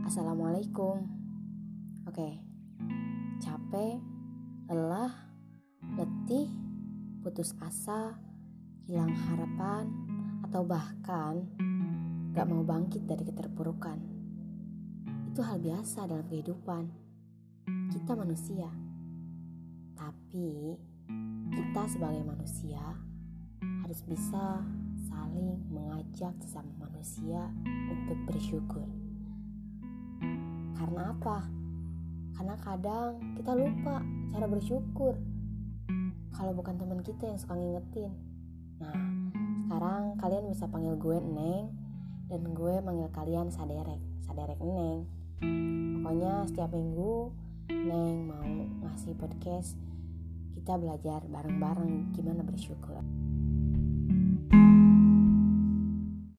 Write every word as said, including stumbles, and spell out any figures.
Assalamualaikum. Oke, capek, lelah, letih, putus asa, hilang harapan, atau bahkan gak mau bangkit dari keterpurukan. Itu hal biasa dalam kehidupan. Kita manusia. Tapi kita sebagai manusia harus bisa saling mengajak sesama manusia untuk bersyukur. Karena apa? Karena kadang kita lupa cara bersyukur kalau bukan teman kita yang suka ngingetin. Nah, sekarang kalian bisa panggil gue Neng, dan gue manggil kalian Saderek, Saderek Neng. Pokoknya setiap minggu Neng mau ngasih podcast, kita belajar bareng-bareng gimana bersyukur.